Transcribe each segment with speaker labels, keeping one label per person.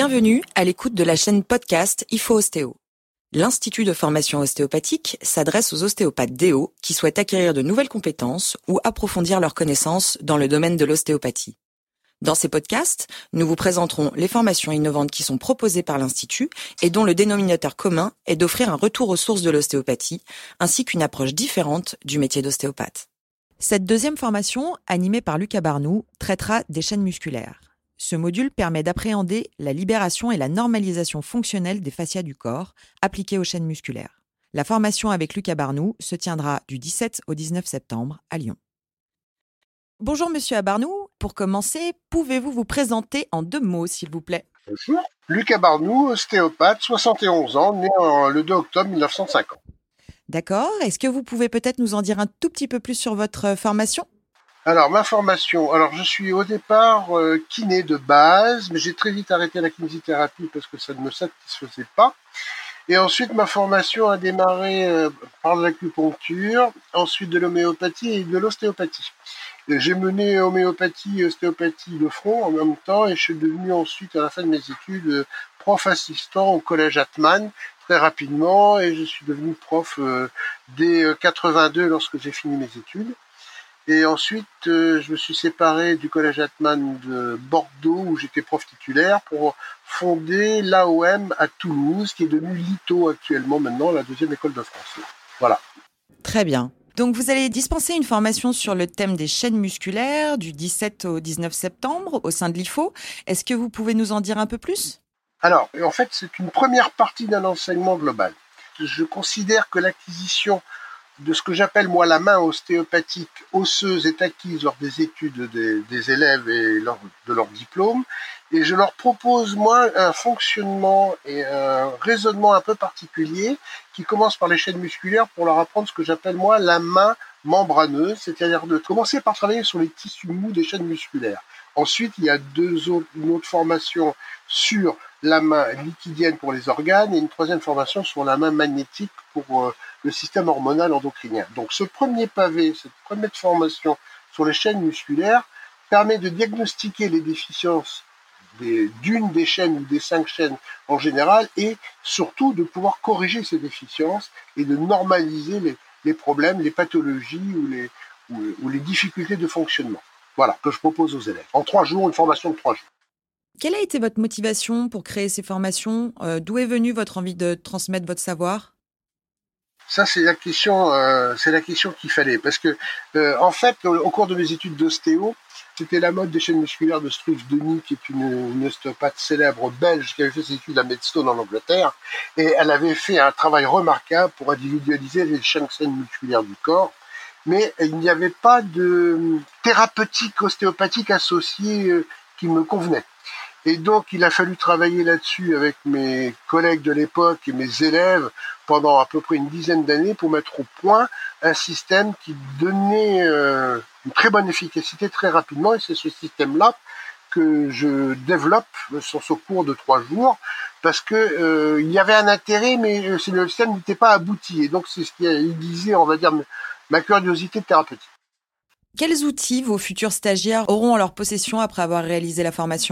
Speaker 1: Bienvenue à l'écoute de la chaîne podcast IFO-Ostéo. L'Institut de formation ostéopathique s'adresse aux ostéopathes DO qui souhaitent acquérir de nouvelles compétences ou approfondir leurs connaissances dans le domaine de l'ostéopathie. Dans ces podcasts, nous vous présenterons les formations innovantes qui sont proposées par l'Institut et dont le dénominateur commun est d'offrir un retour aux sources de l'ostéopathie, ainsi qu'une approche différente du métier d'ostéopathe. Cette deuxième formation, animée par Lucas Barnou, traitera des chaînes musculaires. Ce module permet d'appréhender la libération et la normalisation fonctionnelle des fascias du corps appliquées aux chaînes musculaires. La formation avec Lucas Barnou se tiendra du 17 au 19 septembre à Lyon. Bonjour Monsieur Abarnou, pour commencer, pouvez-vous vous présenter en 2 mots s'il vous plaît ?
Speaker 2: Bonjour, Lucas Barnou, ostéopathe, 71 ans, né le 2 octobre 1950.
Speaker 1: D'accord, est-ce que vous pouvez peut-être nous en dire un tout petit peu plus sur votre formation ?
Speaker 2: Alors, ma formation, je suis au départ kiné de base, mais j'ai très vite arrêté la kinésithérapie parce que ça ne me satisfaisait pas. Et ensuite, ma formation a démarré par l'acupuncture, ensuite de l'homéopathie et de l'ostéopathie. J'ai mené homéopathie et ostéopathie de front en même temps et je suis devenu ensuite, à la fin de mes études, prof assistant au collège Atman très rapidement et je suis devenu prof dès 82 lorsque j'ai fini mes études. Et ensuite, je me suis séparé du collège Atman de Bordeaux où j'étais prof titulaire pour fonder l'AOM à Toulouse qui est devenue l'ITO actuellement maintenant, la deuxième école de France. Voilà.
Speaker 1: Très bien. Donc vous allez dispenser une formation sur le thème des chaînes musculaires du 17 au 19 septembre au sein de l'IFO. Est-ce que vous pouvez nous en dire un peu plus ?
Speaker 2: Alors, en fait, c'est une première partie d'un enseignement global. Je considère que l'acquisition de ce que j'appelle moi la main ostéopathique osseuse est acquise lors des études des élèves et lors de leur diplôme. Et je leur propose moi un fonctionnement et un raisonnement un peu particulier qui commence par les chaînes musculaires pour leur apprendre ce que j'appelle moi la main membraneuse, c'est-à-dire de commencer par travailler sur les tissus mous des chaînes musculaires. Ensuite, il y a une autre formation sur la main liquidienne pour les organes et une troisième formation sur la main magnétique pour le système hormonal endocrinien. Donc ce premier pavé, cette première formation sur les chaînes musculaires permet de diagnostiquer les déficiences d'une des chaînes ou des 5 chaînes en général et surtout de pouvoir corriger ces déficiences et de normaliser les problèmes, les pathologies ou les difficultés de fonctionnement. Voilà, que je propose aux élèves. En 3 jours, une formation de 3 jours.
Speaker 1: Quelle a été votre motivation pour créer ces formations ? D'où est venue votre envie de transmettre votre savoir ?
Speaker 2: Ça, c'est la question qu'il fallait. Parce que, en fait, au cours de mes études d'ostéo, c'était la mode des chaînes musculaires de Struve Denis, qui est une ostéopathe célèbre belge qui avait fait ses études à Maidstone en Angleterre. Et elle avait fait un travail remarquable pour individualiser les chaînes musculaires du corps. Mais il n'y avait pas de thérapeutique ostéopathique associée qui me convenait. Et donc, il a fallu travailler là-dessus avec mes collègues de l'époque et mes élèves pendant à peu près une dizaine d'années pour mettre au point un système qui donnait une très bonne efficacité très rapidement. Et c'est ce système-là que je développe sur ce cours de 3 jours parce que il y avait un intérêt, mais le système n'était pas abouti. Et donc, c'est ce qui aiguisé, on va dire, ma curiosité thérapeutique.
Speaker 1: Quels outils vos futurs stagiaires auront en leur possession après avoir réalisé la formation ?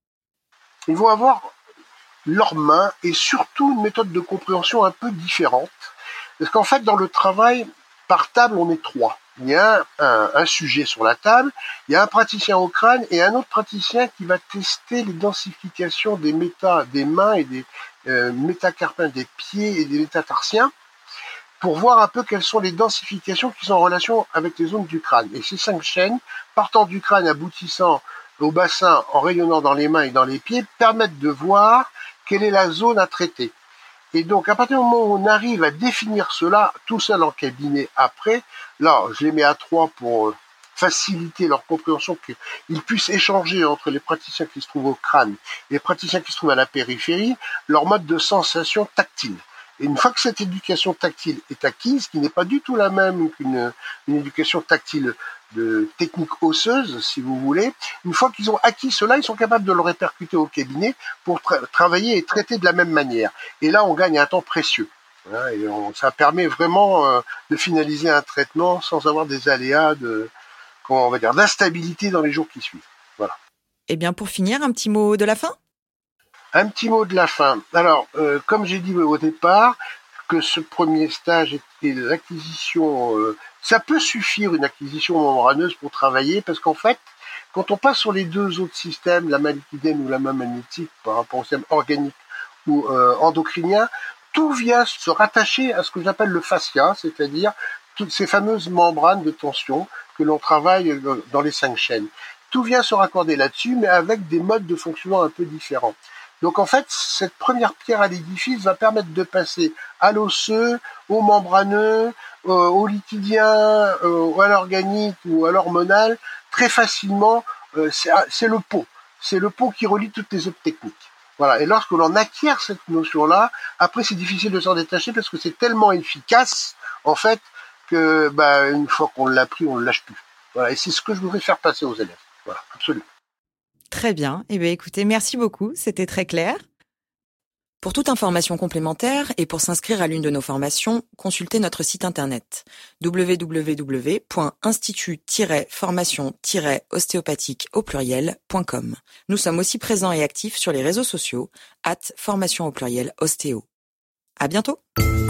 Speaker 2: Ils vont avoir leurs mains et surtout une méthode de compréhension un peu différente. Parce qu'en fait, dans le travail, par table, on est 3. Il y a un sujet sur la table, il y a un praticien au crâne et un autre praticien qui va tester les densifications des mains et des métacarpins des pieds et des métatarsiens pour voir un peu quelles sont les densifications qui sont en relation avec les zones du crâne. Et ces 5 chaînes, partant du crâne, aboutissant au bassin, en rayonnant dans les mains et dans les pieds, permettent de voir quelle est la zone à traiter. Et donc, à partir du moment où on arrive à définir cela tout seul en cabinet après, là, je les mets à 3 pour faciliter leur compréhension, qu'ils puissent échanger entre les praticiens qui se trouvent au crâne et les praticiens qui se trouvent à la périphérie, leur mode de sensation tactile. Et une fois que cette éducation tactile est acquise, qui n'est pas du tout la même qu'une éducation tactile de technique osseuse, si vous voulez, une fois qu'ils ont acquis cela, ils sont capables de le répercuter au cabinet pour travailler et traiter de la même manière. Et là, on gagne un temps précieux. Voilà, et ça permet vraiment de finaliser un traitement sans avoir des aléas d'instabilité dans les jours qui suivent. Voilà.
Speaker 1: Eh bien, pour finir, un petit mot de la fin ?
Speaker 2: Un petit mot de la fin. Alors, comme j'ai dit au départ, que ce premier stage était l'acquisition, ça peut suffire une acquisition membraneuse pour travailler, parce qu'en fait, quand on passe sur les deux autres systèmes, la mammalidienne ou la main magnétique, par rapport au système organique ou endocrinien, tout vient se rattacher à ce que j'appelle le fascia, c'est-à-dire toutes ces fameuses membranes de tension que l'on travaille dans les 5 chaînes. Tout vient se raccorder là-dessus, mais avec des modes de fonctionnement un peu différents. Donc en fait, cette première pierre à l'édifice va permettre de passer à l'osseux, au membraneux, au lipidien, à l'organique ou à l'hormonal très facilement. C'est le pont. C'est le pont qui relie toutes les autres techniques. Voilà. Et lorsque l'on acquiert cette notion-là, après c'est difficile de s'en détacher parce que c'est tellement efficace, en fait, que une fois qu'on l'a pris, on ne le lâche plus. Voilà. Et c'est ce que je voudrais faire passer aux élèves. Voilà, absolument.
Speaker 1: Très bien. Eh bien, écoutez, merci beaucoup. C'était très clair. Pour toute information complémentaire et pour s'inscrire à l'une de nos formations, consultez notre site internet www.institut-formation-ostéopathique.com. Nous sommes aussi présents et actifs sur les réseaux sociaux @formation_ostéo. À bientôt!